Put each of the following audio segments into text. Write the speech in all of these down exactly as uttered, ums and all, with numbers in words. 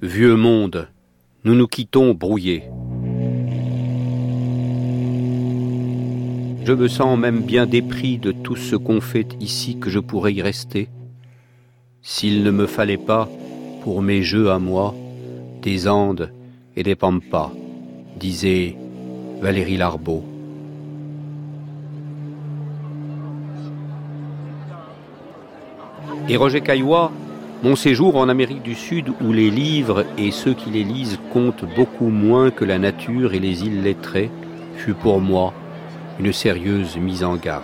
Vieux monde, nous nous quittons brouillés. Je me sens même bien dépris de tout ce qu'on fait ici que je pourrais y rester, s'il ne me fallait pas, pour mes jeux à moi, des Andes et des Pampas, disait Valérie Larbaud. Et Roger Caillois, mon séjour en Amérique du Sud, où les livres et ceux qui les lisent comptent beaucoup moins que la nature et les îles lettrées, fut pour moi une sérieuse mise en garde.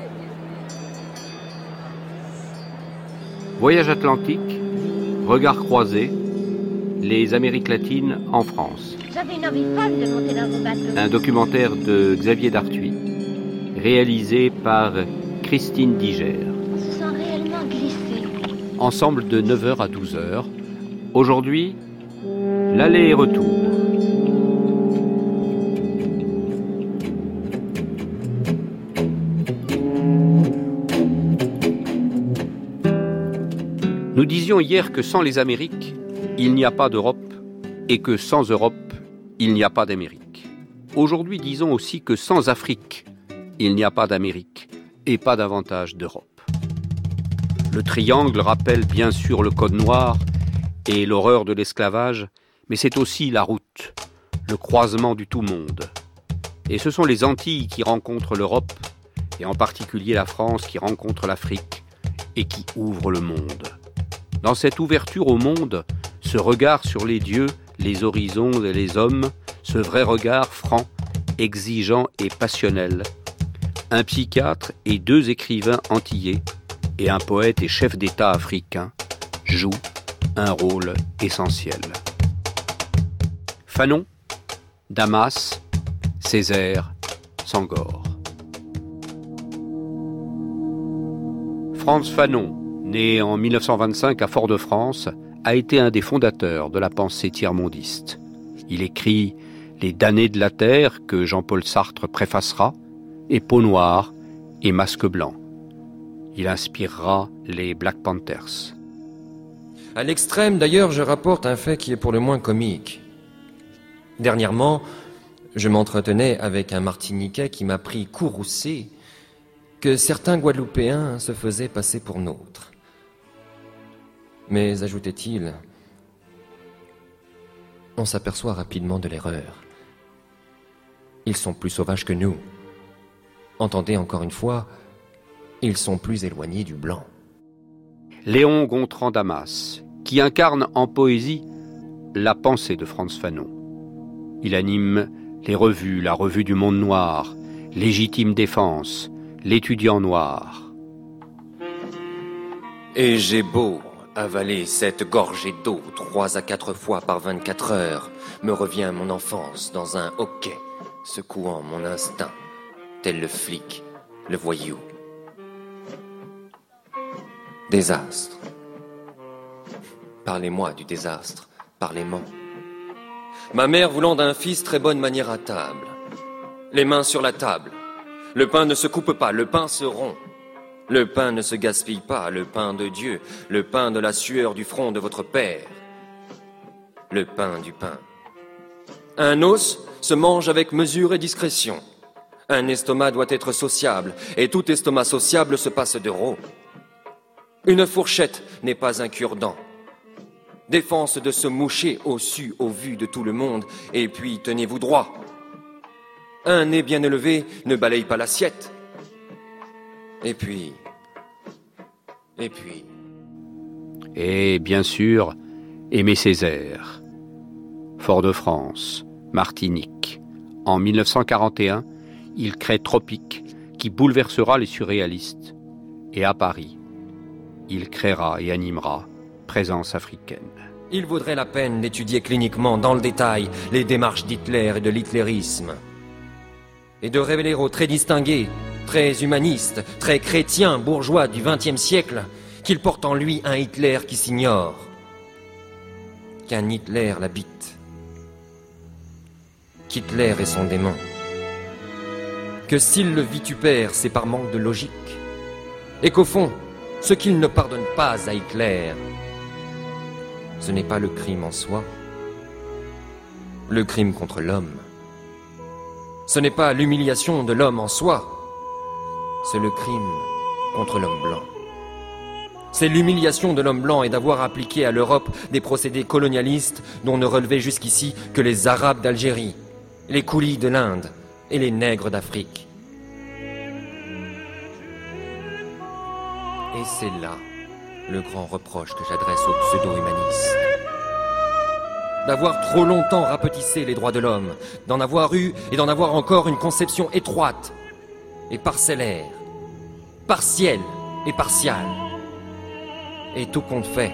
Voyage atlantique, regard croisé, les Amériques latines en France. J'avais une envie folle de monter dans vos bateaux. Un documentaire de Xavier Dartuy, réalisé par Christine Diger. On se sent réellement glissé. Ensemble de neuf heures à douze heures. Aujourd'hui, l'aller et retour. Nous disions hier que sans les Amériques, il n'y a pas d'Europe, et que sans Europe, il n'y a pas d'Amérique. Aujourd'hui, disons aussi que sans Afrique, il n'y a pas d'Amérique, et pas davantage d'Europe. Le triangle rappelle bien sûr le code noir et l'horreur de l'esclavage, mais c'est aussi la route, le croisement du tout-monde. Et ce sont les Antilles qui rencontrent l'Europe, et en particulier la France qui rencontre l'Afrique, et qui ouvre le monde. Dans cette ouverture au monde, ce regard sur les dieux, les horizons et les hommes, ce vrai regard franc, exigeant et passionnel, un psychiatre et deux écrivains antillais, et un poète et chef d'État africain, jouent un rôle essentiel. Fanon, Damas, Césaire, Senghor. Frantz Fanon, né en mille neuf cent vingt-cinq à Fort-de-France, a été un des fondateurs de la pensée tiers-mondiste. Il écrit « Les damnés de la terre » que Jean-Paul Sartre préfacera, et « Peau noire » et « Masque blanc ». Il inspirera les Black Panthers. À l'extrême, d'ailleurs, je rapporte un fait qui est pour le moins comique. Dernièrement, je m'entretenais avec un Martiniquais qui m'a pris courroucé que certains Guadeloupéens se faisaient passer pour nôtres. Mais, ajoutait-il, on s'aperçoit rapidement de l'erreur. Ils sont plus sauvages que nous. Entendez encore une fois, ils sont plus éloignés du blanc. Léon Gontran Damas, qui incarne en poésie la pensée de Frantz Fanon. Il anime les revues, la revue du Monde Noir, Légitime Défense, L'Étudiant Noir. Et j'ai beau avaler cette gorgée d'eau trois à quatre fois par vingt-quatre heures, me revient mon enfance dans un hoquet, secouant mon instinct, tel le flic, le voyou. Désastre. Parlez-moi du désastre, parlez-moi. Ma mère voulant d'un fils très bonne manière à table. Les mains sur la table. Le pain ne se coupe pas, le pain se rompt. Le pain ne se gaspille pas, le pain de Dieu, le pain de la sueur du front de votre père. Le pain du pain. Un os se mange avec mesure et discrétion. Un estomac doit être sociable, et tout estomac sociable se passe de rot. Une fourchette n'est pas un cure-dent. Défense de se moucher au su, au vu de tout le monde, et puis tenez-vous droit. Un nez bien élevé ne balaye pas l'assiette. Et puis... Et puis... Et bien sûr, Aimé Césaire. Fort-de-France, Martinique. En mille neuf cent quarante et un, il crée Tropique, qui bouleversera les surréalistes. Et à Paris, il créera et animera Présence africaine. Il vaudrait la peine d'étudier cliniquement, dans le détail, les démarches d'Hitler et de l'hitlérisme. Et de révéler aux très distingués, très humanistes, très chrétiens, bourgeois du vingtième siècle, qu'il porte en lui un Hitler qui s'ignore. Qu'un Hitler l'habite. Qu'Hitler est son démon. Que s'il le vitupère, c'est par manque de logique. Et qu'au fond, ce qu'il ne pardonne pas à Hitler, ce n'est pas le crime en soi, le crime contre l'homme. Ce n'est pas l'humiliation de l'homme en soi, c'est le crime contre l'homme blanc. C'est l'humiliation de l'homme blanc et d'avoir appliqué à l'Europe des procédés colonialistes dont ne relevaient jusqu'ici que les Arabes d'Algérie, les coulis de l'Inde et les nègres d'Afrique. Et c'est là le grand reproche que j'adresse aux pseudo-humanistes. D'avoir trop longtemps rapetissé les droits de l'homme, d'en avoir eu et d'en avoir encore une conception étroite et parcellaire, partielle et partiale. Et tout compte fait,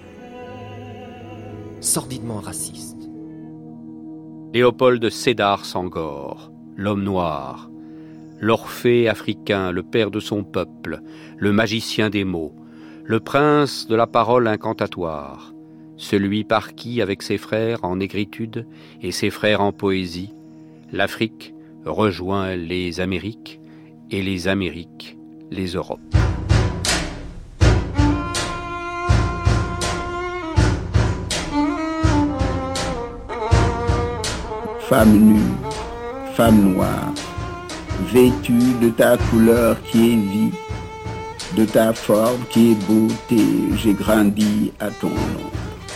sordidement raciste. Léopold Sédar Senghor, l'homme noir, l'Orphée africain, le père de son peuple, le magicien des mots, le prince de la parole incantatoire, celui par qui, avec ses frères en négritude et ses frères en poésie, l'Afrique rejoint les Amériques et les Amériques les Europes. Femme nue, femme noire, vêtue de ta couleur qui est vie, de ta forme qui est beauté, j'ai grandi à ton ombre.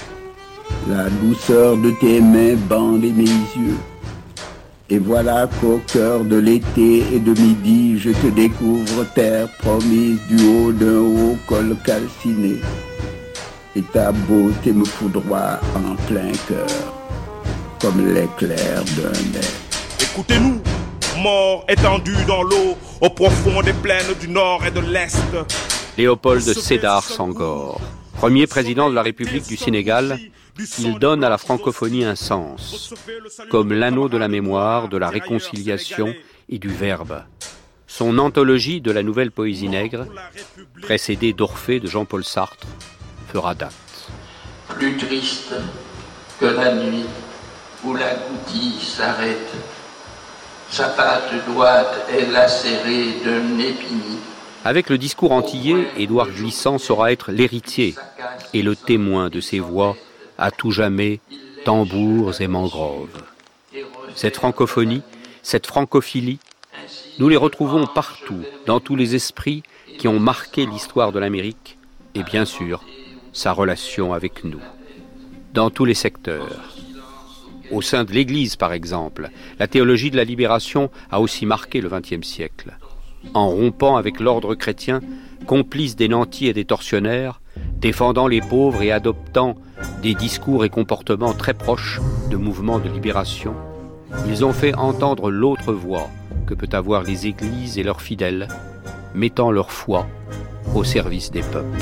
La douceur de tes mains bande mes yeux. Et voilà qu'au cœur de l'été et de midi, je te découvre terre promise du haut d'un haut col calciné. Et ta beauté me foudroie en plein cœur, comme l'éclair d'un air. Écoutez-nous, morts étendus dans l'eau, au profond des plaines du nord et de l'est. Léopold Sédar Senghor, premier président de la République du Sénégal, il donne à la francophonie un sens, comme l'anneau de la mémoire, de la réconciliation et du verbe. Son anthologie de la nouvelle poésie nègre, précédée d'Orphée de Jean-Paul Sartre, fera date. Plus triste que la nuit où la goutille s'arrête, sa patte droite est lacérée d'un épini. Avec le discours antillais, Édouard Glissant saura être l'héritier et le témoin de ces voix à tout jamais, tambours et mangroves. Cette francophonie, cette francophilie, nous les retrouvons partout, dans tous les esprits qui ont marqué l'histoire de l'Amérique et bien sûr, sa relation avec nous. Dans tous les secteurs. Au sein de l'Église, par exemple, la théologie de la libération a aussi marqué le vingtième siècle. En rompant avec l'ordre chrétien, complice des nantis et des tortionnaires, défendant les pauvres et adoptant des discours et comportements très proches de mouvements de libération, ils ont fait entendre l'autre voix que peut avoir les églises et leurs fidèles, mettant leur foi au service des peuples.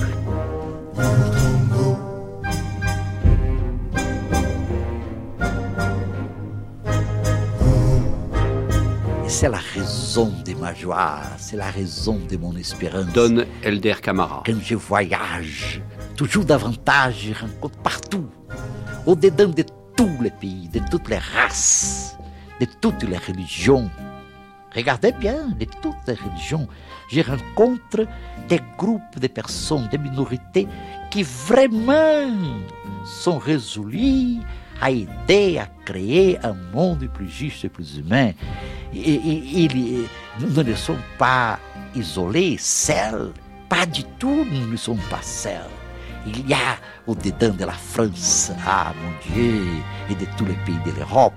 C'est la raison de ma joie, c'est la raison de mon espérance. Donne Elder Camara. Quand je voyage, toujours davantage, je rencontre partout, au-dedans de tous les pays, de toutes les races, de toutes les religions. Regardez bien, de toutes les religions, je rencontre des groupes de personnes, des minorités qui vraiment sont résolus à aider à créer un monde plus juste et plus humain. Et, et, et, nous ne sommes pas isolés, seuls. Pas du tout, nous ne sommes pas seuls. Il y a au-dedans de la France, ah mon Dieu, et de tous les pays de l'Europe.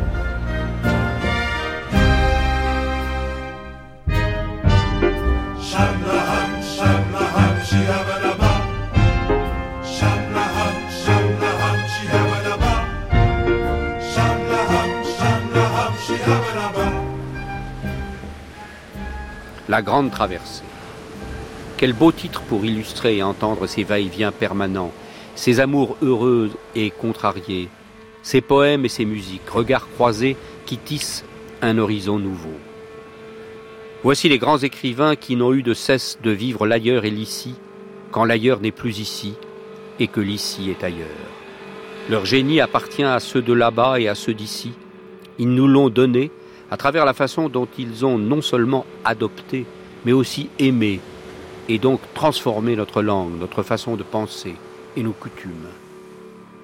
La Grande Traversée. Quel beau titre pour illustrer et entendre ces va-et-vient permanents, ces amours heureux et contrariés, ces poèmes et ces musiques, regards croisés qui tissent un horizon nouveau. Voici les grands écrivains qui n'ont eu de cesse de vivre l'ailleurs et l'ici, quand l'ailleurs n'est plus ici et que l'ici est ailleurs. Leur génie appartient à ceux de là-bas et à ceux d'ici. Ils nous l'ont donné à travers la façon dont ils ont non seulement adopté, mais aussi aimé, et donc transformé notre langue, notre façon de penser et nos coutumes.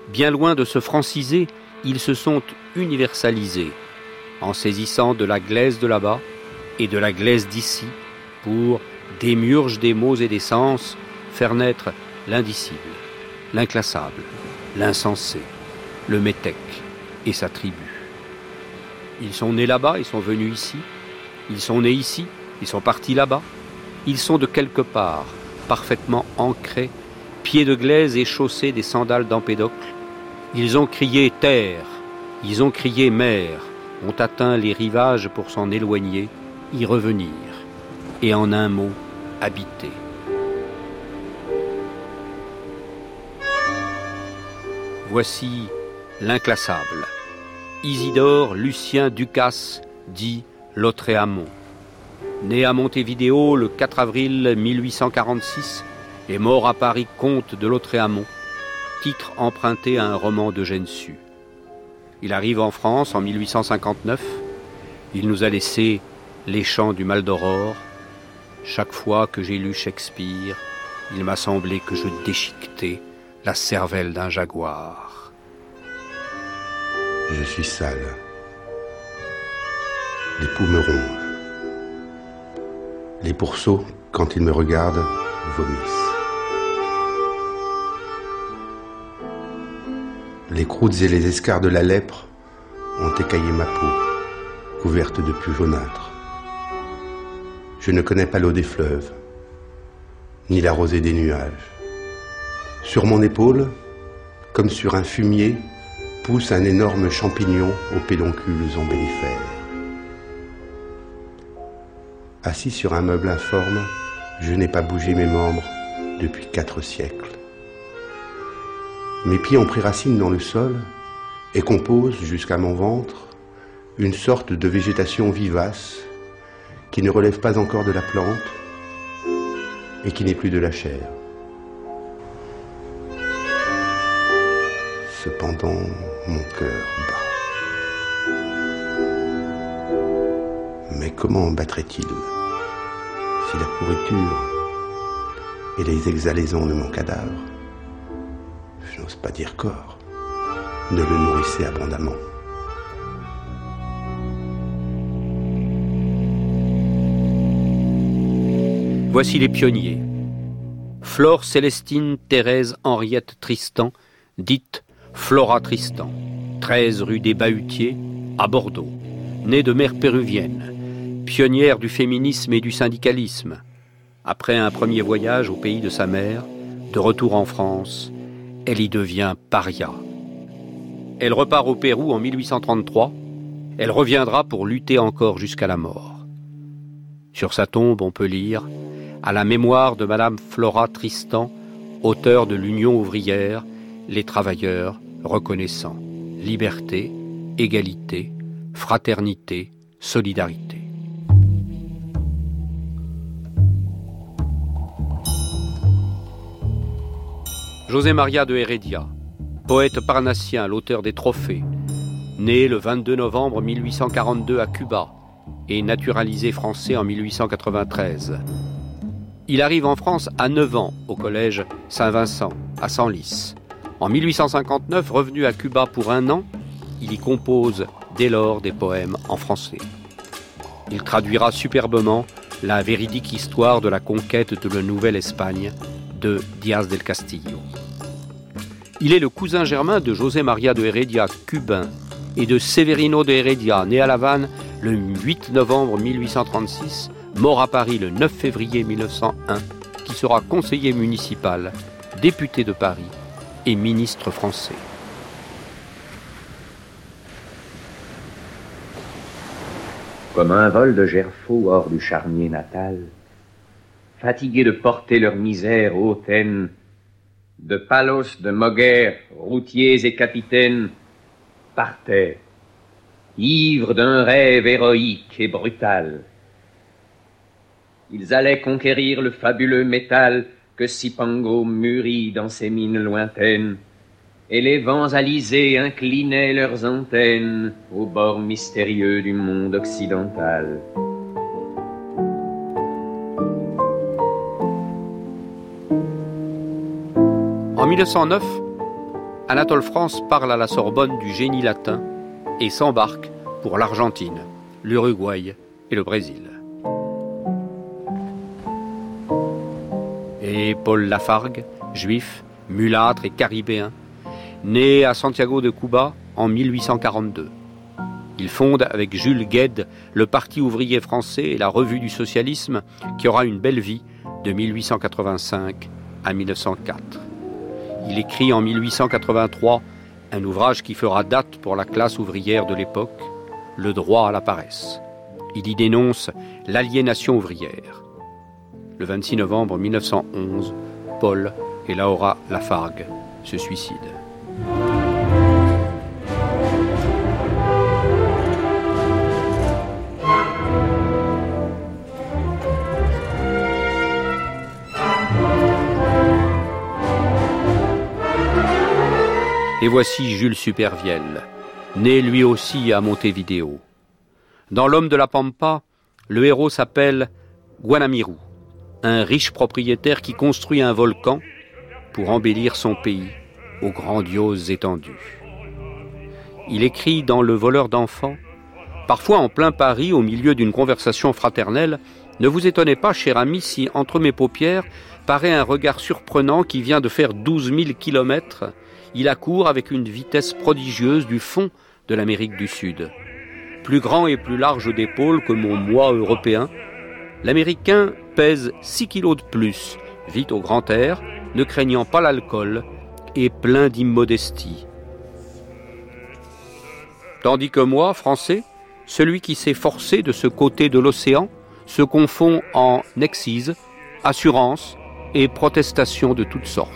Bien loin de se franciser, ils se sont universalisés, en saisissant de la glaise de là-bas et de la glaise d'ici, pour, démiurge des mots et des sens, faire naître l'indicible, l'inclassable, l'insensé, le métèque et sa tribu. Ils sont nés là-bas, ils sont venus ici, ils sont nés ici, ils sont partis là-bas, ils sont de quelque part, parfaitement ancrés, pieds de glaise et chaussés des sandales d'Empédocle. Ils ont crié terre, ils ont crié mer, ont atteint les rivages pour s'en éloigner, y revenir, et en un mot, habiter. Voici l'inclassable. Isidore Lucien Ducasse, dit Lautréamont. Né à Montevideo le quatre avril mille huit cent quarante-six et mort à Paris comte de Lautréamont, titre emprunté à un roman d'Eugène Sue. Il arrive en France en mille huit cent cinquante-neuf. Il nous a laissé Les Chants du Maldoror. Chaque fois que j'ai lu Shakespeare, il m'a semblé que je déchiquetais la cervelle d'un jaguar. Je suis sale. Les poux me rongent. Les pourceaux, quand ils me regardent, vomissent. Les croûtes et les escarres de la lèpre ont écaillé ma peau, couverte de pus jaunâtres. Je ne connais pas l'eau des fleuves, ni la rosée des nuages. Sur mon épaule, comme sur un fumier, pousse un énorme champignon aux pédoncules ombellifères. Assis sur un meuble informe, je n'ai pas bougé mes membres depuis quatre siècles. Mes pieds ont pris racine dans le sol et composent, jusqu'à mon ventre, une sorte de végétation vivace qui ne relève pas encore de la plante et qui n'est plus de la chair. Cependant, mon cœur bat. Mais comment battrait-il si la pourriture et les exhalaisons de mon cadavre, je n'ose pas dire corps, ne le nourrissaient abondamment? Voici les pionniers. Flore Célestine Thérèse Henriette Tristan, dite Flora Tristan, treize rue des Bahutiers, à Bordeaux, née de mère péruvienne, pionnière du féminisme et du syndicalisme. Après un premier voyage au pays de sa mère, de retour en France, elle y devient paria. Elle repart au Pérou en mille huit cent trente-trois. Elle reviendra pour lutter encore jusqu'à la mort. Sur sa tombe, on peut lire « À la mémoire de Madame Flora Tristan, auteure de l'Union ouvrière, les travailleurs reconnaissants. Liberté, égalité, fraternité, solidarité. » José María de Heredia, poète parnassien, l'auteur des Trophées, né le vingt-deux novembre mille huit cent quarante-deux à Cuba et naturalisé français en mille huit cent quatre-vingt-treize. Il arrive en France à neuf ans au collège Saint-Vincent, à Senlis. En mille huit cent cinquante-neuf, revenu à Cuba pour un an, il y compose dès lors des poèmes en français. Il traduira superbement la véridique histoire de la conquête de la Nouvelle-Espagne de Díaz del Castillo. Il est le cousin germain de José María de Heredia, cubain, et de Severino de Heredia, né à La Havane le huit novembre mille huit cent trente-six, mort à Paris le neuf février mille neuf cent un, qui sera conseiller municipal, député de Paris et ministre français. Comme un vol de gerfaux hors du charnier natal, fatigués de porter leur misère hautaine, de palos, de moguers, routiers et capitaines, partaient, ivres d'un rêve héroïque et brutal. Ils allaient conquérir le fabuleux métal que Cipango mûrit dans ses mines lointaines, et les vents alizés inclinaient leurs antennes au bord mystérieux du monde occidental. En mille neuf cent neuf, Anatole France parle à la Sorbonne du génie latin et s'embarque pour l'Argentine, l'Uruguay et le Brésil. Et Paul Lafargue, juif, mulâtre et caribéen, né à Santiago de Cuba en mille huit cent quarante-deux. Il fonde avec Jules Guesde le Parti ouvrier français et la Revue du socialisme qui aura une belle vie de mille huit cent quatre-vingt-cinq à mille neuf cent quatre. Il écrit en mille huit cent quatre-vingt-trois un ouvrage qui fera date pour la classe ouvrière de l'époque, Le droit à la paresse. Il y dénonce l'aliénation ouvrière. Le vingt-six novembre mille neuf cent onze, Paul et Laura Lafargue se suicident. Et voici Jules Supervielle, né lui aussi à Montevideo. Dans L'homme de la Pampa, le héros s'appelle Guanamiru, un riche propriétaire qui construit un volcan pour embellir son pays aux grandioses étendues. Il écrit dans Le voleur d'enfants, parfois en plein Paris, au milieu d'une conversation fraternelle, ne vous étonnez pas, cher ami, si entre mes paupières paraît un regard surprenant qui vient de faire douze mille kilomètres. Il accourt avec une vitesse prodigieuse du fond de l'Amérique du Sud. Plus grand et plus large d'épaules que mon moi européen, l'Américain pèse six kilos de plus, vit au grand air, ne craignant pas l'alcool et plein d'immodestie. Tandis que moi, Français, celui qui s'est forcé de ce côté de l'océan, se confond en excises, assurances et protestations de toutes sortes.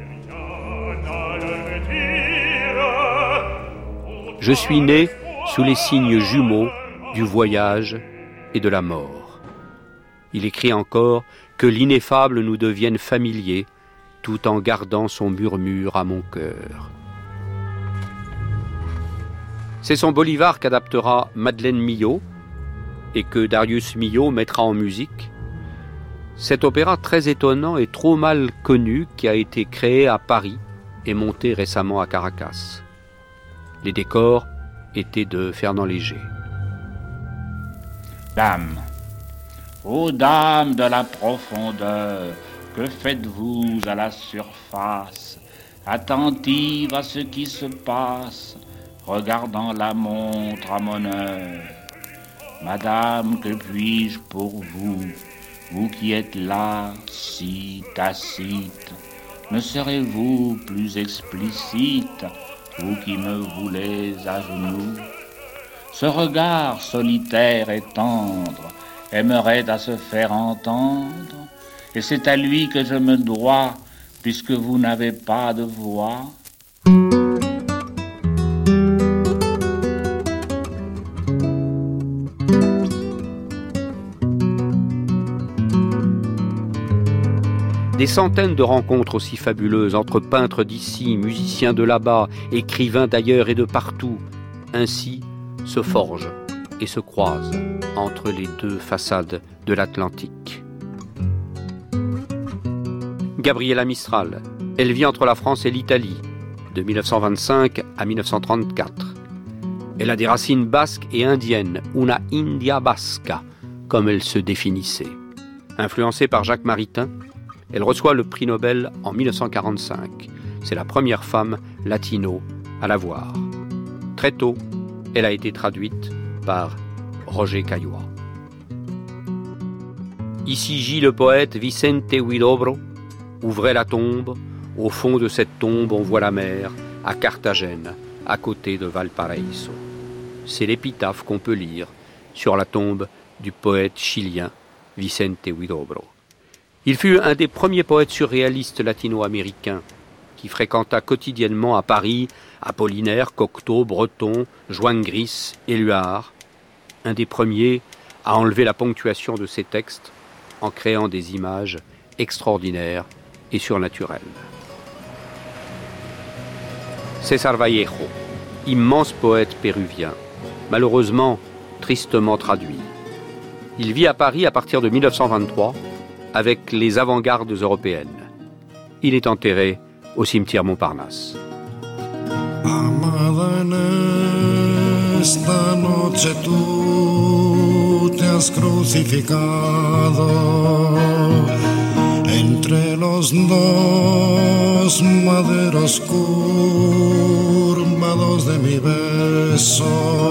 Je suis né sous les signes jumeaux du voyage et de la mort. Il écrit encore que l'ineffable nous devienne familier, tout en gardant son murmure à mon cœur. C'est son Bolivar qu'adaptera Madeleine Millot et que Darius Milhaud mettra en musique. Cet opéra très étonnant et trop mal connu qui a été créé à Paris et monté récemment à Caracas. Les décors étaient de Fernand Léger. Dames, ô dames de la profondeur, que faites-vous à la surface, attentives à ce qui se passe, regardant la montre à mon heure? Madame, que puis-je pour vous, vous qui êtes là, si tacite? Ne serez-vous plus explicite, vous qui me voulez à genoux? Ce regard solitaire et tendre aimerait à se faire entendre, et c'est à lui que je me dois, puisque vous n'avez pas de voix. Des centaines de rencontres aussi fabuleuses entre peintres d'ici, musiciens de là-bas, écrivains d'ailleurs et de partout, ainsi se forgent et se croisent entre les deux façades de l'Atlantique. Gabriela Mistral, elle vit entre la France et l'Italie, de mille neuf cent vingt-cinq à mille neuf cent trente-quatre. Elle a des racines basques et indiennes, una India basca, comme elle se définissait. Influencée par Jacques Maritain, elle reçoit le prix Nobel en mille neuf cent quarante-cinq. C'est la première femme latino à l'avoir. Très tôt, elle a été traduite par Roger Caillois. Ici gît le poète Vicente Huidobro. Ouvrez la tombe. Au fond de cette tombe, on voit la mer, à Carthagène, à côté de Valparaíso. C'est l'épitaphe qu'on peut lire sur la tombe du poète chilien Vicente Huidobro. Il fut un des premiers poètes surréalistes latino-américains qui fréquenta quotidiennement à Paris Apollinaire, Cocteau, Breton, Juan Gris, Éluard. Un des premiers à enlever la ponctuation de ses textes en créant des images extraordinaires et surnaturelles. César Vallejo, immense poète péruvien, malheureusement tristement traduit. Il vit à Paris à partir de mille neuf cent vingt-trois avec les avant-gardes européennes. Il est enterré au cimetière Montparnasse. en esta noche tú te has crucificado entre los dos maderos curvados de mi beso.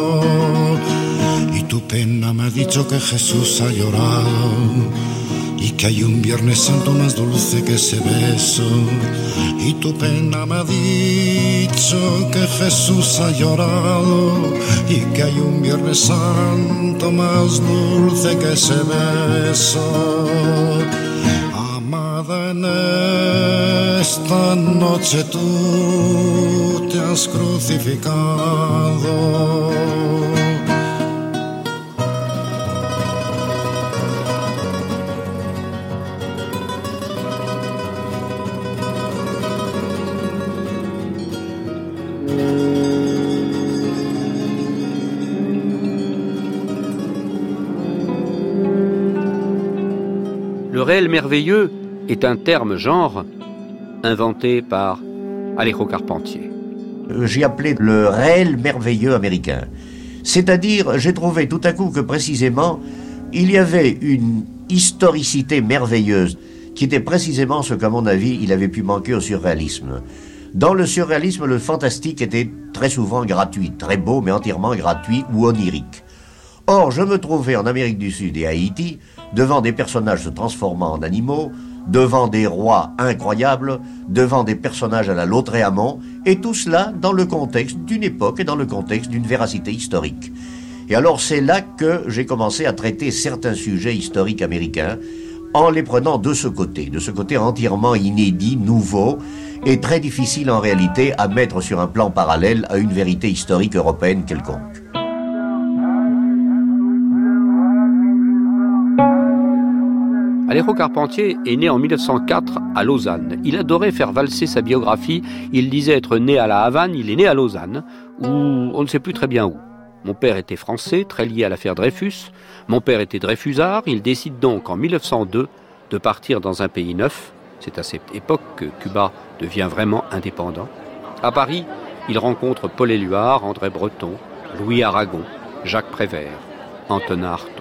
Y tu pena me ha dicho que Jesús ha llorado y que hay un Viernes Santo más dulce que ese beso. Y tu pena me ha dicho que Jesús ha llorado y que hay un Viernes Santo más dulce que ese beso. Amada, en esta noche tú te has crucificado. Le réel merveilleux est un terme genre inventé par Alejo Carpentier. J'ai appelé le réel merveilleux américain. C'est-à-dire, j'ai trouvé tout à coup que précisément, il y avait une historicité merveilleuse qui était précisément ce qu'à mon avis, il avait pu manquer au surréalisme. Dans le surréalisme, le fantastique était très souvent gratuit, très beau, mais entièrement gratuit ou onirique. Or, je me trouvais en Amérique du Sud et à Haïti, devant des personnages se transformant en animaux, devant des rois incroyables, devant des personnages à la Lautréamont, et tout cela dans le contexte d'une époque et dans le contexte d'une véracité historique. Et alors c'est là que j'ai commencé à traiter certains sujets historiques américains en les prenant de ce côté, de ce côté entièrement inédit, nouveau, et très difficile en réalité à mettre sur un plan parallèle à une vérité historique européenne quelconque. Alejo Carpentier est né en mille neuf cent quatre à Lausanne. Il adorait faire valser sa biographie. Il disait être né à la Havane, il est né à Lausanne, ou on ne sait plus très bien où. Mon père était français, très lié à l'affaire Dreyfus. Mon père était dreyfusard. Il décide donc en mille neuf cent deux de partir dans un pays neuf. C'est à cette époque que Cuba devient vraiment indépendant. À Paris, il rencontre Paul Éluard, André Breton, Louis Aragon, Jacques Prévert, Antonin Artaud.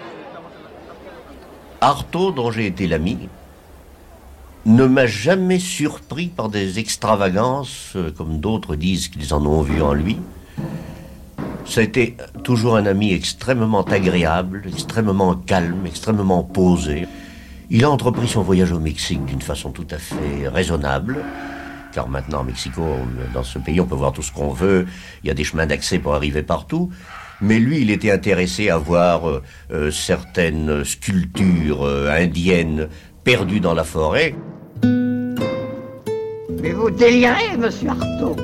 Artaud, dont j'ai été l'ami, ne m'a jamais surpris par des extravagances, comme d'autres disent qu'ils en ont vu en lui. Ça a été toujours un ami extrêmement agréable, extrêmement calme, extrêmement posé. Il a entrepris son voyage au Mexique d'une façon tout à fait raisonnable, car maintenant, au Mexico, dans ce pays, on peut voir tout ce qu'on veut, il y a des chemins d'accès pour arriver partout. Mais lui, il était intéressé à voir euh, euh, certaines sculptures euh, indiennes perdues dans la forêt. Mais vous délirez, monsieur Artaud.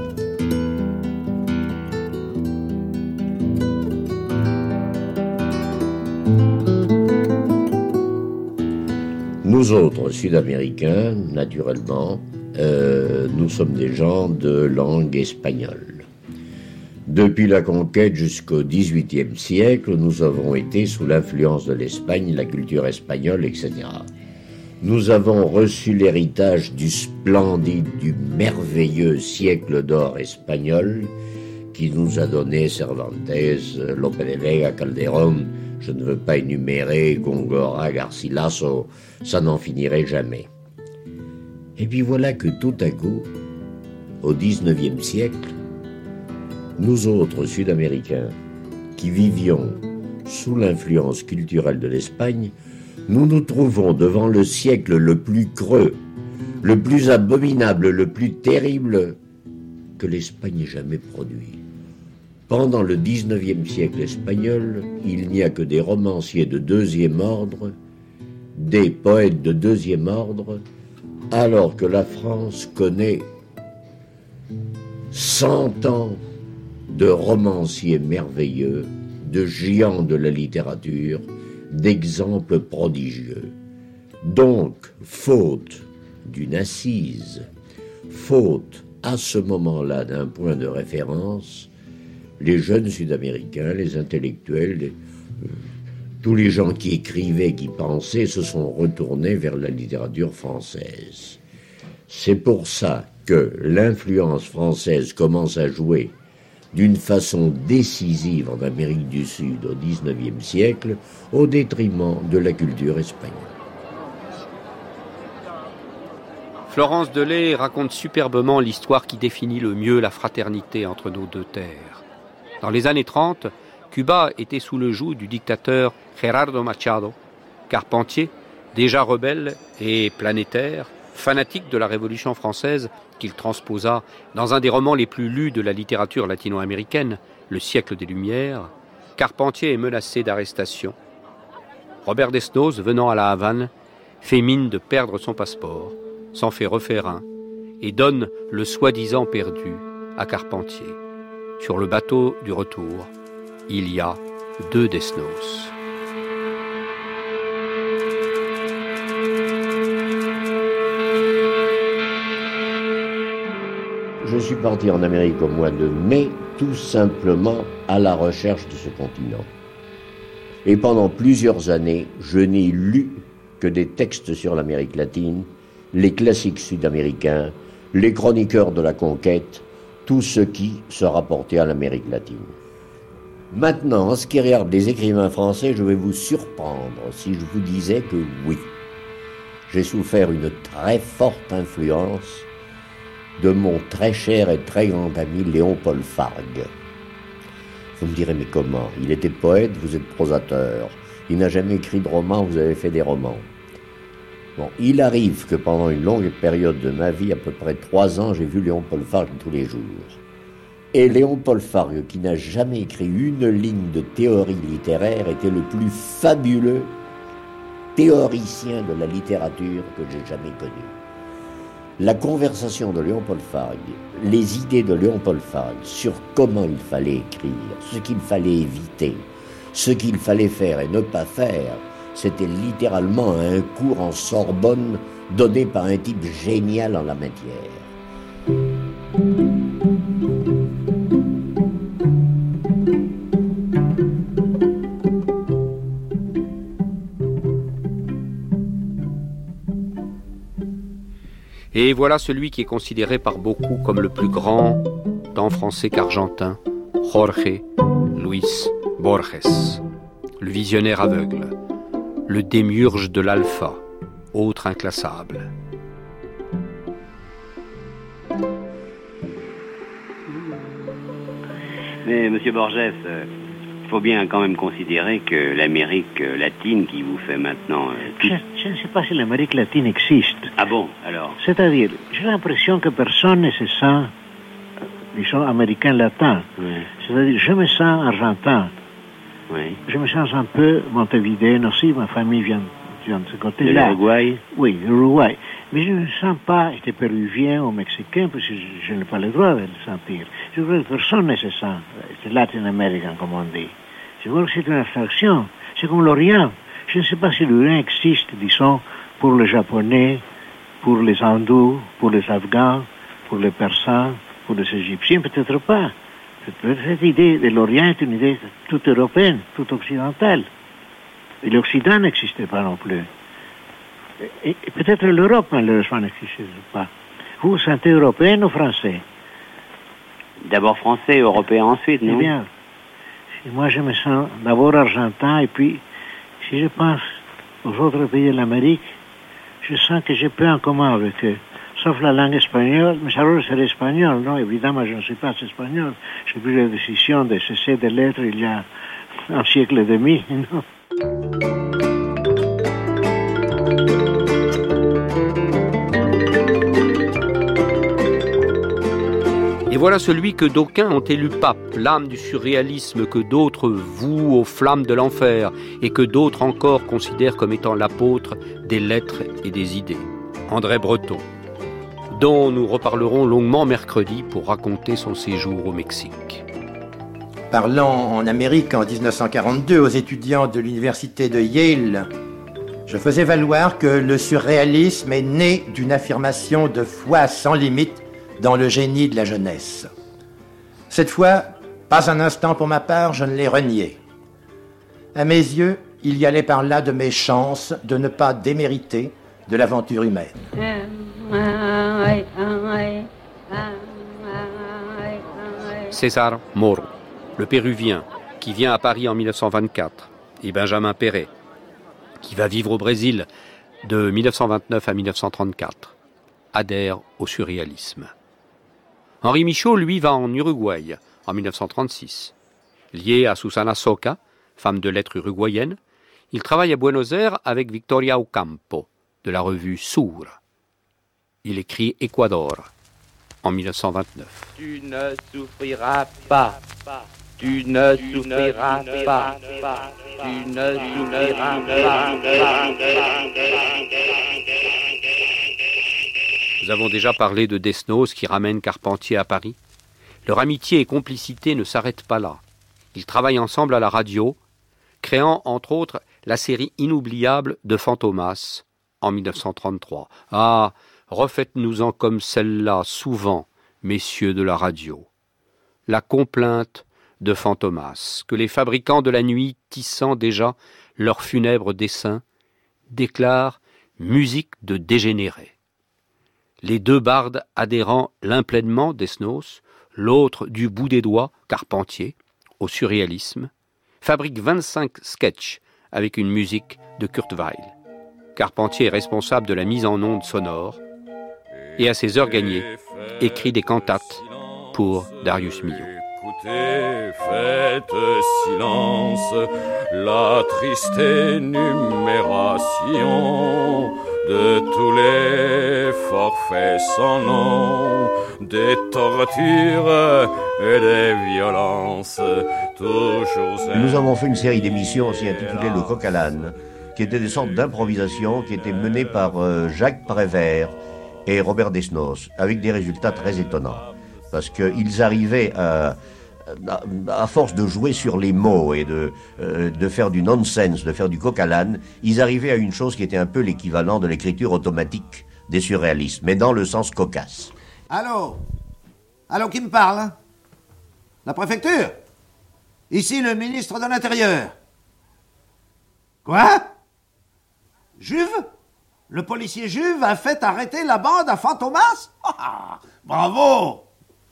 Nous autres, Sud-Américains, naturellement, euh, nous sommes des gens de langue espagnole. Depuis la conquête jusqu'au dix-huitième siècle, nous avons été sous l'influence de l'Espagne, la culture espagnole, et cetera. Nous avons reçu l'héritage du splendide, du merveilleux siècle d'or espagnol qui nous a donné Cervantes, Lope de Vega, Calderón, je ne veux pas énumérer, Góngora, Garcilaso, ça n'en finirait jamais. Et puis voilà que tout à coup, au dix-neuvième siècle, nous autres Sud-Américains qui vivions sous l'influence culturelle de l'Espagne, nous nous trouvons devant le siècle le plus creux, le plus abominable, le plus terrible que l'Espagne ait jamais produit. Pendant le dix-neuvième siècle espagnol, il n'y a que des romanciers de deuxième ordre, des poètes de deuxième ordre, alors que la France connaît cent ans de romanciers merveilleux, de géants de la littérature, d'exemples prodigieux. Donc, faute d'une assise, faute à ce moment-là d'un point de référence, les jeunes Sud-Américains, les intellectuels, les, euh, tous les gens qui écrivaient, qui pensaient, se sont retournés vers la littérature française. C'est pour ça que l'influence française commence à jouer d'une façon décisive en Amérique du Sud au dix-neuvième siècle, au détriment de la culture espagnole. Florence Delay raconte superbement l'histoire qui définit le mieux la fraternité entre nos deux terres. Dans les années trente, Cuba était sous le joug du dictateur Gerardo Machado, Carpentier, déjà rebelle et planétaire, fanatique de la Révolution française qu'il transposa dans un des romans les plus lus de la littérature latino-américaine, Le siècle des Lumières. Carpentier est menacé d'arrestation. Robert Desnos, venant à la Havane, fait mine de perdre son passeport, s'en fait refaire un et donne le soi-disant perdu à Carpentier. Sur le bateau du retour, il y a deux Desnos. Je suis parti en Amérique au mois de mai, tout simplement à la recherche de ce continent. Et pendant plusieurs années, je n'ai lu que des textes sur l'Amérique latine, les classiques sud-américains, les chroniqueurs de la conquête, tout ce qui se rapportait à l'Amérique latine. Maintenant, en ce qui regarde les écrivains français, je vais vous surprendre si je vous disais que oui, j'ai souffert une très forte influence de mon très cher et très grand ami Léon-Paul Fargue. Vous me direz, mais comment? Il était poète, vous êtes prosateur. Il n'a jamais écrit de roman, vous avez fait des romans. Bon, il arrive que pendant une longue période de ma vie, à peu près trois ans, j'ai vu Léon-Paul Fargue tous les jours. Et Léon-Paul Fargue, qui n'a jamais écrit une ligne de théorie littéraire, était le plus fabuleux théoricien de la littérature que j'ai jamais connu. La conversation de Léon-Paul Fargue, les idées de Léon-Paul Fargue sur comment il fallait écrire, ce qu'il fallait éviter, ce qu'il fallait faire et ne pas faire, c'était littéralement un cours en Sorbonne donné par un type génial en la matière. Et voilà celui qui est considéré par beaucoup comme le plus grand, tant français qu'argentin, Jorge Luis Borges, le visionnaire aveugle, le démiurge de l'alpha, autre inclassable. Mais Monsieur Borges, il faut bien quand même considérer que l'Amérique latine qui vous fait maintenant... Euh, tout... je, je ne sais pas si l'Amérique latine existe. Ah bon, alors? C'est-à-dire, j'ai l'impression que personne ne se sent, disons, américain latin. Oui. C'est-à-dire, je me sens argentin. Oui. Je me sens un peu montevidéen aussi, ma famille vient, vient de ce côté-là. De l'Uruguay? Oui, l'Uruguay. Mais je ne me sens pas, j'étais péruvien ou mexicain, parce que je, je n'ai pas le droit de le sentir. Je crois que personne ne se sent, c'est Latin American, comme on dit. Je crois que c'est une abstraction. C'est comme l'Orient. Je ne sais pas si l'Orient existe, disons, pour les Japonais, pour les Hindous, pour les Afghans, pour les Persans, pour les Égyptiens, peut-être pas. Cette idée de l'Orient est une idée toute européenne, toute occidentale. Et l'Occident n'existait pas non plus. Et, et peut-être l'Europe, malheureusement, n'existait pas. Vous vous sentez européen ou français? D'abord français, européen ensuite, non? Eh bien, si moi je me sens d'abord argentin, et puis, si je pense aux autres pays de l'Amérique, je sens que j'ai peu en commun avec eux. Sauf la langue espagnole, mais ça aurait serait espagnol, non? Évidemment, je ne suis pas espagnol. J'ai pris la décision de cesser de l'être il y a un siècle et demi, non? Et voilà celui que d'aucuns ont élu pape, l'âme du surréalisme, que d'autres vouent aux flammes de l'enfer, et que d'autres encore considèrent comme étant l'apôtre des lettres et des idées. André Breton, dont nous reparlerons longuement mercredi pour raconter son séjour au Mexique. Parlant en Amérique en dix-neuf cent quarante-deux aux étudiants de l'université de Yale, je faisais valoir que le surréalisme est né d'une affirmation de foi sans limite dans le génie de la jeunesse. Cette fois, pas un instant pour ma part, je ne l'ai renié. À mes yeux, il y allait par là de mes chances de ne pas démériter de l'aventure humaine. César Moro, le Péruvien, qui vient à Paris en mille neuf cent vingt-quatre, et Benjamin Perret, qui va vivre au Brésil de mille neuf cent vingt-neuf à mille neuf cent trente-quatre, adhèrent au surréalisme. Henri Michaud, lui, va en Uruguay en mille neuf cent trente-six. Lié à Susana Soca, femme de lettres uruguayenne, il travaille à Buenos Aires avec Victoria Ocampo, de la revue Sur. Il écrit Équador en mille neuf cent vingt-neuf. Tu ne souffriras pas, tu ne souffriras pas, tu ne souffriras pas. Nous avons déjà parlé de Desnos qui ramène Carpentier à Paris. Leur amitié et complicité ne s'arrêtent pas là. Ils travaillent ensemble à la radio, créant entre autres la série inoubliable de Fantomas en mille neuf cent trente-trois. Ah, refaites-nous-en comme celle-là, souvent, messieurs de la radio. La complainte de Fantomas, que les fabricants de la nuit, tissant déjà leurs funèbres dessins, déclarent musique de dégénérés. Les deux bardes adhérant l'un pleinement, Desnos, l'autre du bout des doigts, Carpentier, au surréalisme, fabriquent vingt-cinq sketchs avec une musique de Kurt Weill. Carpentier est responsable de la mise en onde sonore et à ses heures gagnées, écrit des cantates pour Darius Milhaud. Écoutez, faites silence, la triste énumération de tous les forfaits sans nom, des tortures et des violences, toujours... Nous avons fait une série d'émissions aussi intitulées Le Coq à l'âne, qui étaient des sortes d'improvisations qui étaient menées par euh, Jacques Prévert et Robert Desnos, avec des résultats très étonnants. Parce qu'ils arrivaient à, à, à force de jouer sur les mots et de, euh, de faire du nonsense, de faire du coq à l'âne, ils arrivaient à une chose qui était un peu l'équivalent de l'écriture automatique des surréalistes, mais dans le sens cocasse. Allô? Allô, qui me parle? La préfecture? Ici, le ministre de l'Intérieur. Quoi? Juve? Le policier Juve a fait arrêter la bande à Fantomas? Ah, bravo!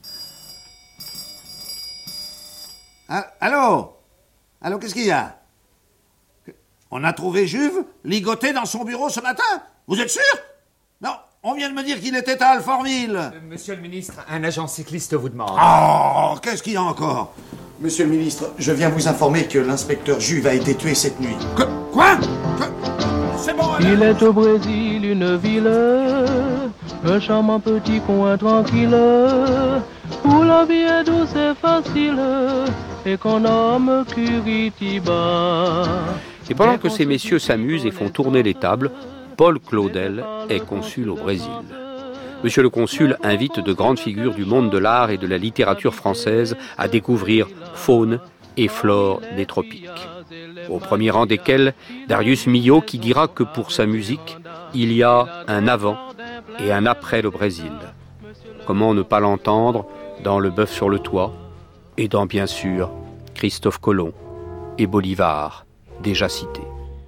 Ah, allô? Allô, qu'est-ce qu'il y a? On a trouvé Juve ligoté dans son bureau ce matin? Vous êtes sûr? Non, on vient de me dire qu'il était à Alfortville. Euh, monsieur le ministre, un agent cycliste vous demande. Oh, qu'est-ce qu'il y a encore? Monsieur le ministre, je viens vous informer que l'inspecteur Juve a été tué cette nuit. Que, quoi? Que, c'est bon, alors. Il est au Brésil une ville, un charmant petit coin tranquille, où la vie est douce et facile, et qu'on nomme Curitiba. Et pendant que ces messieurs s'amusent et font tourner les tables, Paul Claudel est consul au Brésil. Monsieur le consul invite de grandes figures du monde de l'art et de la littérature française à découvrir faune et flore des tropiques. Au premier rang desquels, Darius Milhaud qui dira que pour sa musique, il y a un avant et un après le Brésil. Comment ne pas l'entendre dans Le Bœuf sur le toit et dans, bien sûr, Christophe Colomb et Bolivar, déjà cités.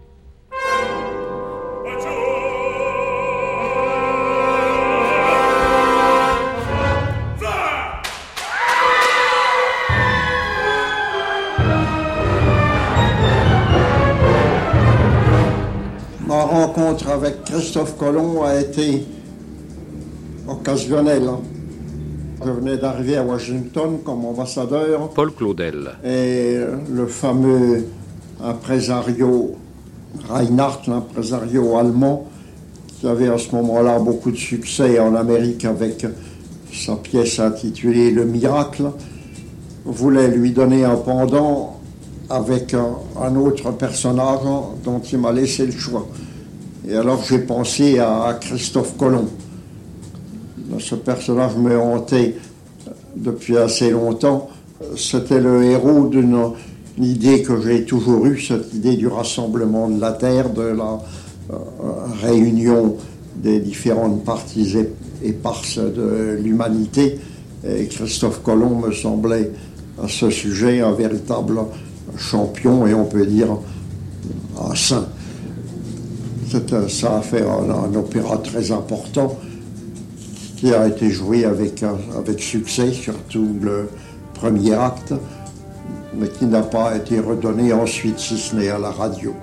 Ma rencontre avec Christophe Colomb a été occasionnelle. Je venais d'arriver à Washington comme ambassadeur. Paul Claudel. Et le fameux impresario Reinhardt, l'impresario allemand, qui avait à ce moment-là beaucoup de succès en Amérique avec sa pièce intitulée Le Miracle, voulait lui donner un pendant avec un, un autre personnage dont il m'a laissé le choix. Et alors j'ai pensé à, à Christophe Colomb. Ce personnage me hantait depuis assez longtemps. C'était le héros d'une idée que j'ai toujours eue, cette idée du rassemblement de la Terre, de la euh, réunion des différentes parties éparses de l'humanité. Et Christophe Colomb me semblait à ce sujet un véritable champion et on peut dire un saint. Ça a fait un, un opéra très important qui a été joué avec, avec succès, surtout le premier acte, mais qui n'a pas été redonné ensuite, si ce n'est à la radio.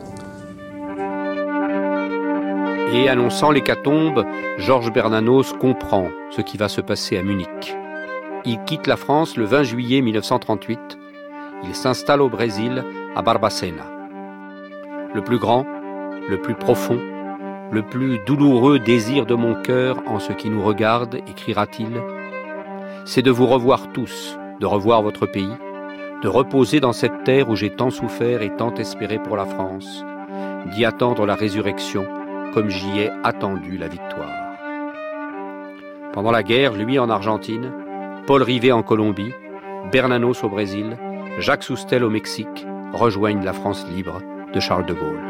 Et annonçant l'hécatombe, Georges Bernanos comprend ce qui va se passer à Munich. Il quitte la France le vingt juillet mille neuf cent trente-huit. Il s'installe au Brésil, à Barbacena. Le plus grand, le plus profond, le plus douloureux désir de mon cœur en ce qui nous regarde, écrira-t-il, c'est de vous revoir tous, de revoir votre pays, de reposer dans cette terre où j'ai tant souffert et tant espéré pour la France, d'y attendre la résurrection comme j'y ai attendu la victoire. Pendant la guerre, lui en Argentine, Paul Rivet en Colombie, Bernanos au Brésil, Jacques Soustelle au Mexique rejoignent la France libre de Charles de Gaulle.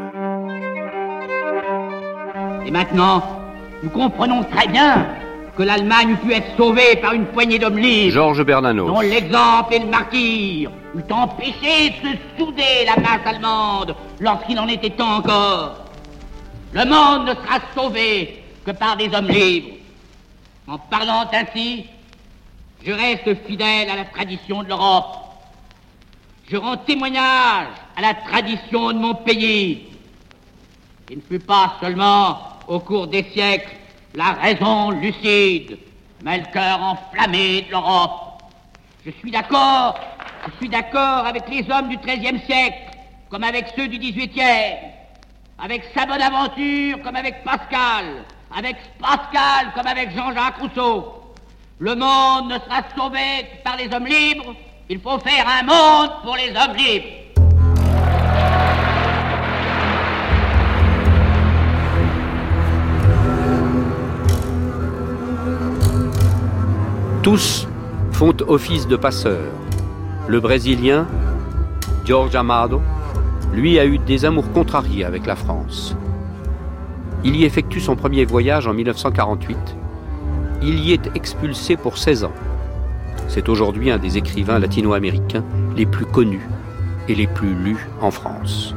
Et maintenant, nous comprenons très bien que l'Allemagne eût pu être sauvée par une poignée d'hommes libres. Georges Bernanos. Dont l'exemple et le martyr eût empêché de se souder la masse allemande lorsqu'il en était temps encore. Le monde ne sera sauvé que par des hommes libres. En parlant ainsi, je reste fidèle à la tradition de l'Europe. Je rends témoignage à la tradition de mon pays. Il ne fut pas seulement, au cours des siècles, la raison lucide, mais le cœur enflammé de l'Europe. Je suis d'accord, je suis d'accord avec les hommes du treizième siècle, comme avec ceux du dix-huitième, avec sa Bonaventure, comme avec Pascal, avec Pascal, comme avec Jean-Jacques Rousseau. Le monde ne sera sauvé que par les hommes libres. Il faut faire un monde pour les hommes libres. Tous font office de passeurs. Le Brésilien, Jorge Amado, lui a eu des amours contrariés avec la France. Il y effectue son premier voyage en mille neuf cent quarante-huit. Il y est expulsé pour seize ans. C'est aujourd'hui un des écrivains latino-américains les plus connus et les plus lus en France.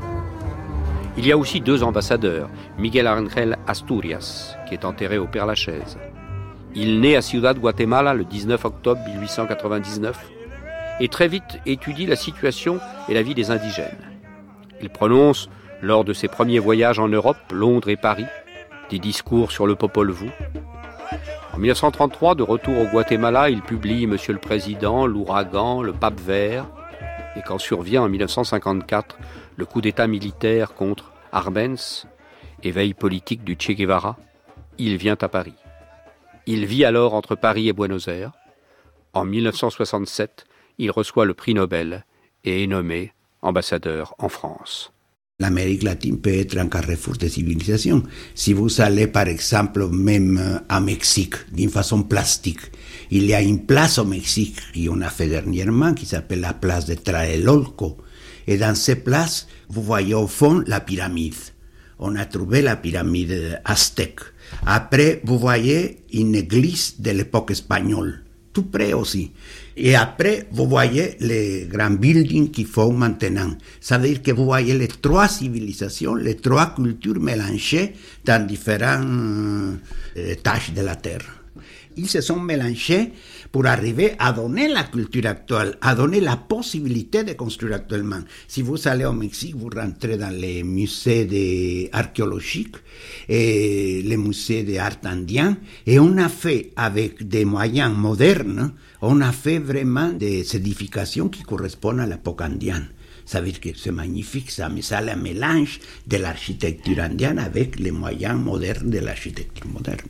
Il y a aussi deux ambassadeurs, Miguel Ángel Asturias, qui est enterré au Père-Lachaise. Il naît à Ciudad Guatemala le dix-neuf octobre mille huit cent quatre-vingt-dix-neuf et très vite étudie la situation et la vie des indigènes. Il prononce, lors de ses premiers voyages en Europe, Londres et Paris, des discours sur le Popol Vuh. En mille neuf cent trente-trois, de retour au Guatemala, il publie Monsieur le Président, L'Ouragan, Le Pape Vert, et quand survient en mille neuf cent cinquante-quatre le coup d'État militaire contre Arbenz, éveil politique du Che Guevara, il vient à Paris. Il vit alors entre Paris et Buenos Aires. En mille neuf cent soixante-sept, il reçoit le prix Nobel et est nommé ambassadeur en France. L'Amérique latine peut être un carrefour de civilisation. Si vous allez par exemple même à Mexique, d'une façon plastique, il y a une place au Mexique qu'on a fait dernièrement qui s'appelle la place de Tlatelolco. Et dans cette place, vous voyez au fond la pyramide. On a trouvé la pyramide aztèque. Après, vous voyez une église de l'époque espagnole, tout près aussi. Et après, vous voyez les grands buildings qu'ils font maintenant. Ça veut dire que vous voyez les trois civilisations, les trois cultures mélangées dans différentes euh, tâches de la Terre. Ils se sont mélangés pour arriver à donner la culture actuelle, à donner la possibilité de construire actuellement. Si vous allez au Mexique, vous rentrez dans les musées archéologiques et les musées d'art indien, et on a fait, avec des moyens modernes, on a fait vraiment des édifications qui correspondent à l'époque indienne. Ça veut dire que c'est magnifique, ça, mais ça, le mélange de l'architecture indienne avec les moyens modernes de l'architecture moderne.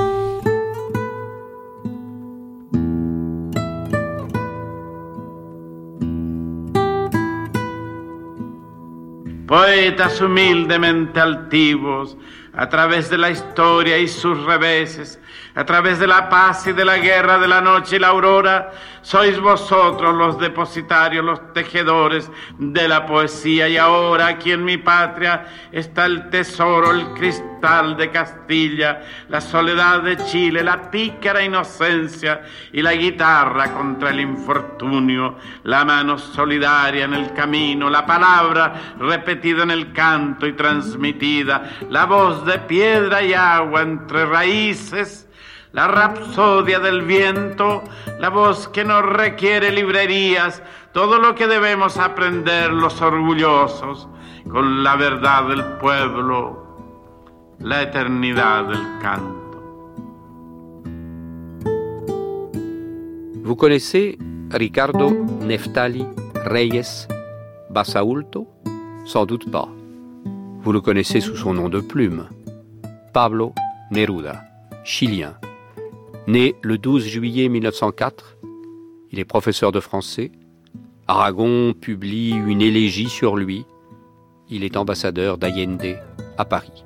Poetas humildemente altivos, a través de la historia y sus reveses, a través de la paz y de la guerra, de la noche y la aurora, sois vosotros los depositarios, los tejedores de la poesía. Y ahora aquí en mi patria está el tesoro, el cristal de Castilla, la soledad de Chile, la pícara inocencia y la guitarra contra el infortunio, la mano solidaria en el camino, la palabra repetida en el canto y transmitida, la voz de piedra y agua entre raíces, la rapsodia del viento, la voz que no requiere librerías, todo lo que debemos aprender los orgullosos, con la verdad del pueblo, la eternidad del canto. Vous connaissez Ricardo Neftali Reyes Basaulto? Sans doute pas. Vous le connaissez sous son nom de plume, Pablo Neruda, chilien. Né le douze juillet mille neuf cent quatre, il est professeur de français. Aragon publie une élégie sur lui. Il est ambassadeur d'Allende à Paris.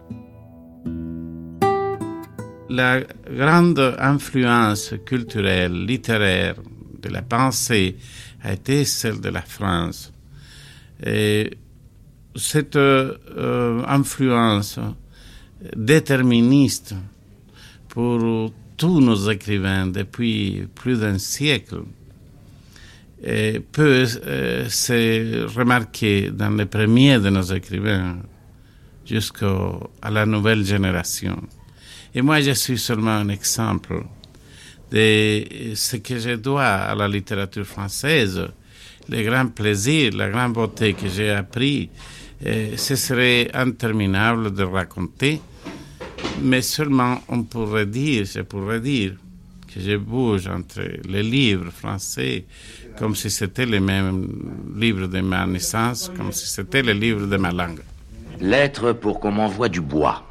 La grande influence culturelle, littéraire de la pensée a été celle de la France. Et cette euh, influence déterministe pour tous nos écrivains depuis plus d'un siècle et peut euh, se remarquer dans les premiers de nos écrivains jusqu'à la nouvelle génération. Et moi, je suis seulement un exemple de ce que je dois à la littérature française, le grand plaisir, la grande beauté que j'ai appris. Et ce serait interminable de raconter, mais seulement on pourrait dire, je pourrais dire, que je bouge entre les livres français comme si c'était les mêmes livres de ma naissance, comme si c'était les livres de ma langue. Lettre pour qu'on m'envoie du bois.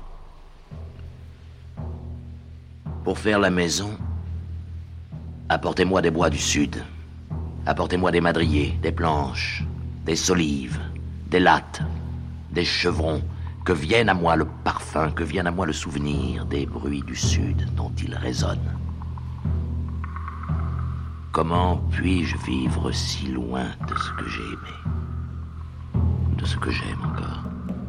Pour faire la maison, apportez-moi des bois du sud. Apportez-moi des madriers, des planches, des solives, des lattes, des chevrons, que vienne à moi le parfum, que vienne à moi le souvenir des bruits du sud dont ils résonnent. Comment puis-je vivre si loin de ce que j'ai aimé, de ce que j'aime encore?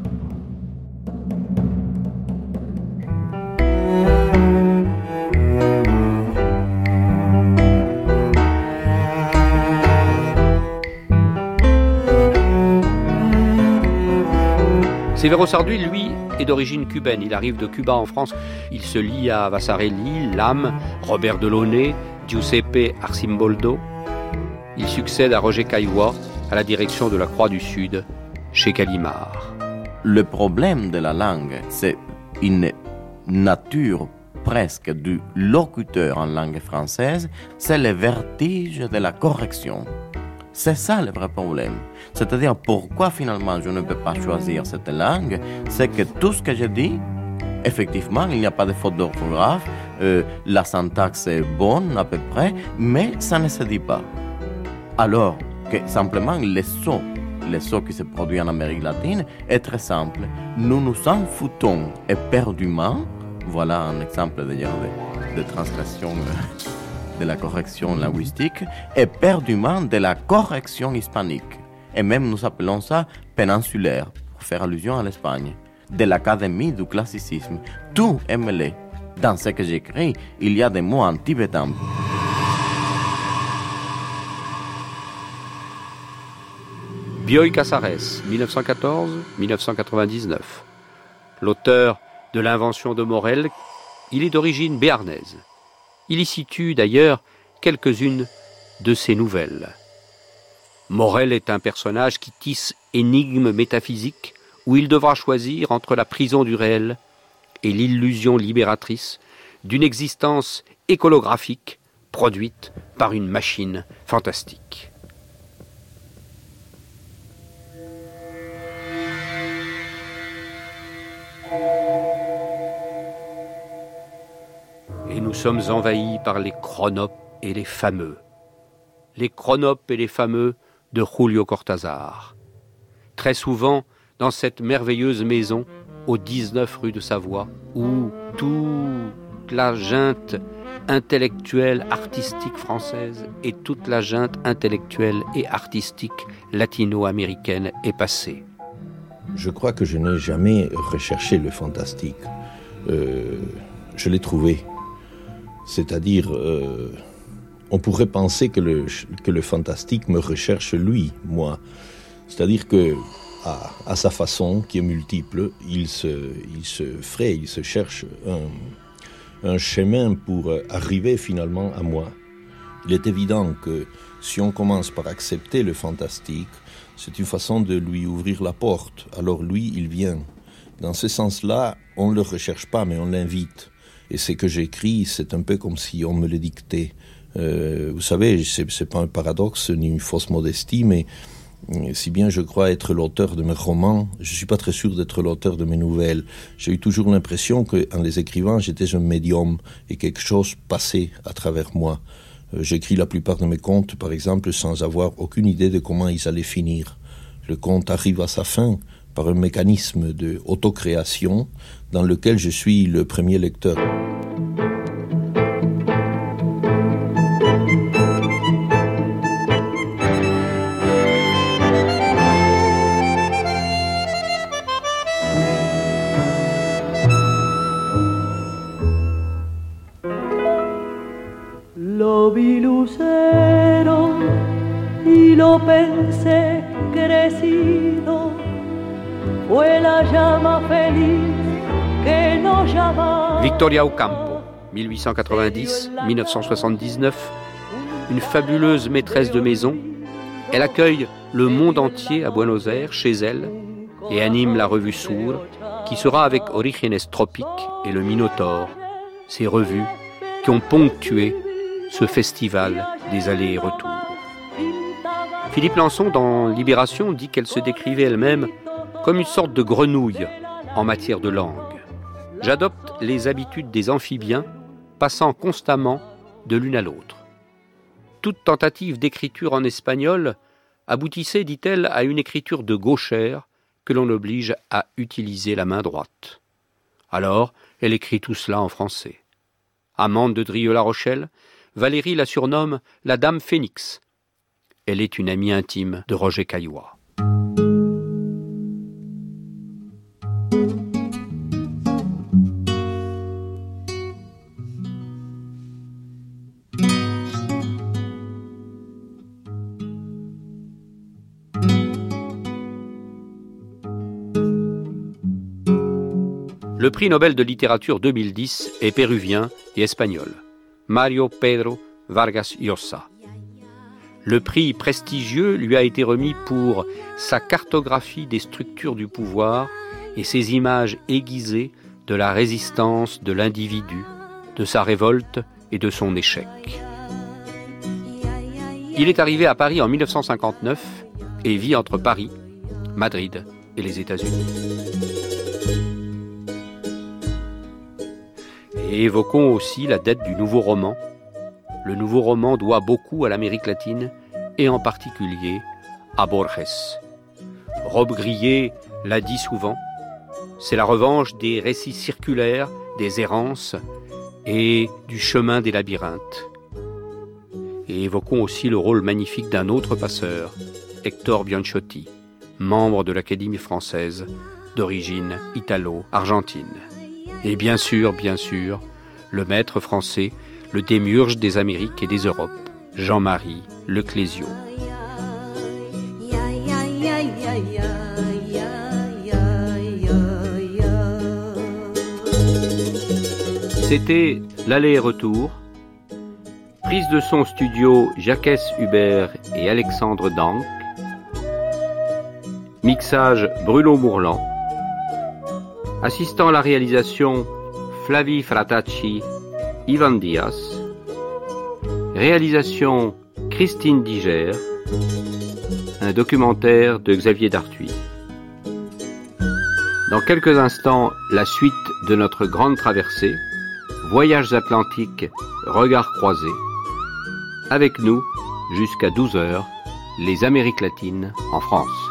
Severo Sarduy, lui, est d'origine cubaine. Il arrive de Cuba en France. Il se lie à Vasarely, Lame, Robert Delaunay, Giuseppe Arcimboldo. Il succède à Roger Caillois à la direction de la Croix du Sud, chez Gallimard. Le problème de la langue, c'est une nature presque du locuteur en langue française, c'est le vertige de la correction. C'est ça le vrai problème. C'est-à-dire pourquoi finalement je ne peux pas choisir cette langue, c'est que tout ce que je dis, effectivement, il n'y a pas de faute d'orthographe, euh, la syntaxe est bonne à peu près, mais ça ne se dit pas. Alors que simplement les sons, les sons qui se produisent en Amérique latine est très simple. Nous nous en foutons éperdument, voilà un exemple d'ailleurs de, de transgression de la correction linguistique, éperdument de la correction hispanique. Et même nous appelons ça péninsulaire, pour faire allusion à l'Espagne, de l'académie du classicisme. Tout est mêlé. Dans ce que j'écris, il y a des mots en tibétain. Bioy Casares, dix-neuf cent quatorze à dix-neuf cent quatre-vingt-dix-neuf. L'auteur de l'invention de Morel, il est d'origine béarnaise. Il y situe d'ailleurs quelques-unes de ses nouvelles. Morel est un personnage qui tisse énigmes métaphysiques où il devra choisir entre la prison du réel et l'illusion libératrice d'une existence écolographique produite par une machine fantastique. Et nous sommes envahis par les chronopes et les fameux. Les chronopes et les fameux de Julio Cortázar. Très souvent, dans cette merveilleuse maison, au dix-neuf rue de Savoie, où toute la junte intellectuelle artistique française et toute la junte intellectuelle et artistique latino-américaine est passée. Je crois que je n'ai jamais recherché le fantastique. Euh, je l'ai trouvé. C'est-à-dire, euh, on pourrait penser que le, que le fantastique me recherche lui, moi. C'est-à-dire que, à, à sa façon, qui est multiple, il se, il se fraye, il se cherche un, un chemin pour arriver finalement à moi. Il est évident que si on commence par accepter le fantastique, c'est une façon de lui ouvrir la porte. Alors lui, il vient. Dans ce sens-là, on ne le recherche pas, mais on l'invite. Et ce que j'écris, c'est un peu comme si on me le dictait. Euh, vous savez, c'est, c'est pas un paradoxe ni une fausse modestie, mais si bien je crois être l'auteur de mes romans, je suis pas très sûr d'être l'auteur de mes nouvelles. J'ai eu toujours l'impression qu'en les écrivant, j'étais un médium et quelque chose passait à travers moi. Euh, j'écris la plupart de mes contes, par exemple, sans avoir aucune idée de comment ils allaient finir. Le conte arrive à sa fin par un mécanisme de autocréation dans lequel je suis le premier lecteur. Lo vi lucero y lo pensé crecido, fue la llama feliz que nos llamaba. Victoria Ocampo, dix-huit cent quatre-vingt-dix à dix-neuf cent soixante-dix-neuf, une fabuleuse maîtresse de maison. Elle accueille le monde entier à Buenos Aires, chez elle, et anime la revue Sur, qui sera avec Orígenes Tropique et le Minotaure, ces revues qui ont ponctué ce festival des allers et retours. Philippe Lançon, dans Libération, dit qu'elle se décrivait elle-même comme une sorte de grenouille en matière de langue. J'adopte les habitudes des amphibiens, passant constamment de l'une à l'autre. Toute tentative d'écriture en espagnol aboutissait, dit-elle, à une écriture de gauchère que l'on oblige à utiliser la main droite. Alors, elle écrit tout cela en français. Amande de Drieux-La Rochelle, Valérie la surnomme la Dame Phénix. Elle est une amie intime de Roger Caillois. Le prix Nobel de littérature deux mille dix est péruvien et espagnol. Mario Pedro Vargas Llosa. Le prix prestigieux lui a été remis pour sa cartographie des structures du pouvoir et ses images aiguisées de la résistance de l'individu, de sa révolte et de son échec. Il est arrivé à Paris en dix-neuf cent cinquante-neuf et vit entre Paris, Madrid et les États-Unis. Et évoquons aussi la dette du nouveau roman. Le nouveau roman doit beaucoup à l'Amérique latine et en particulier à Borges. Robe Grillet l'a dit souvent, c'est la revanche des récits circulaires, des errances et du chemin des labyrinthes. Et évoquons aussi le rôle magnifique d'un autre passeur, Hector Bianchotti, membre de l'Académie française d'origine italo-argentine. Et bien sûr, bien sûr, le maître français, le démiurge des Amériques et des Europes, Jean-Marie Leclésio. C'était l'aller et retour. Prise de son studio Jacques Hubert et Alexandre Danck. Mixage Bruno Mourlan. Assistant à la réalisation, Flavie Fratacci, Ivan Diaz. Réalisation, Christine Diger. Un documentaire de Xavier Dartuy. Dans quelques instants, la suite de notre grande traversée, Voyages Atlantiques, regards croisés. Avec nous, jusqu'à douze heures, les Amériques latines en France.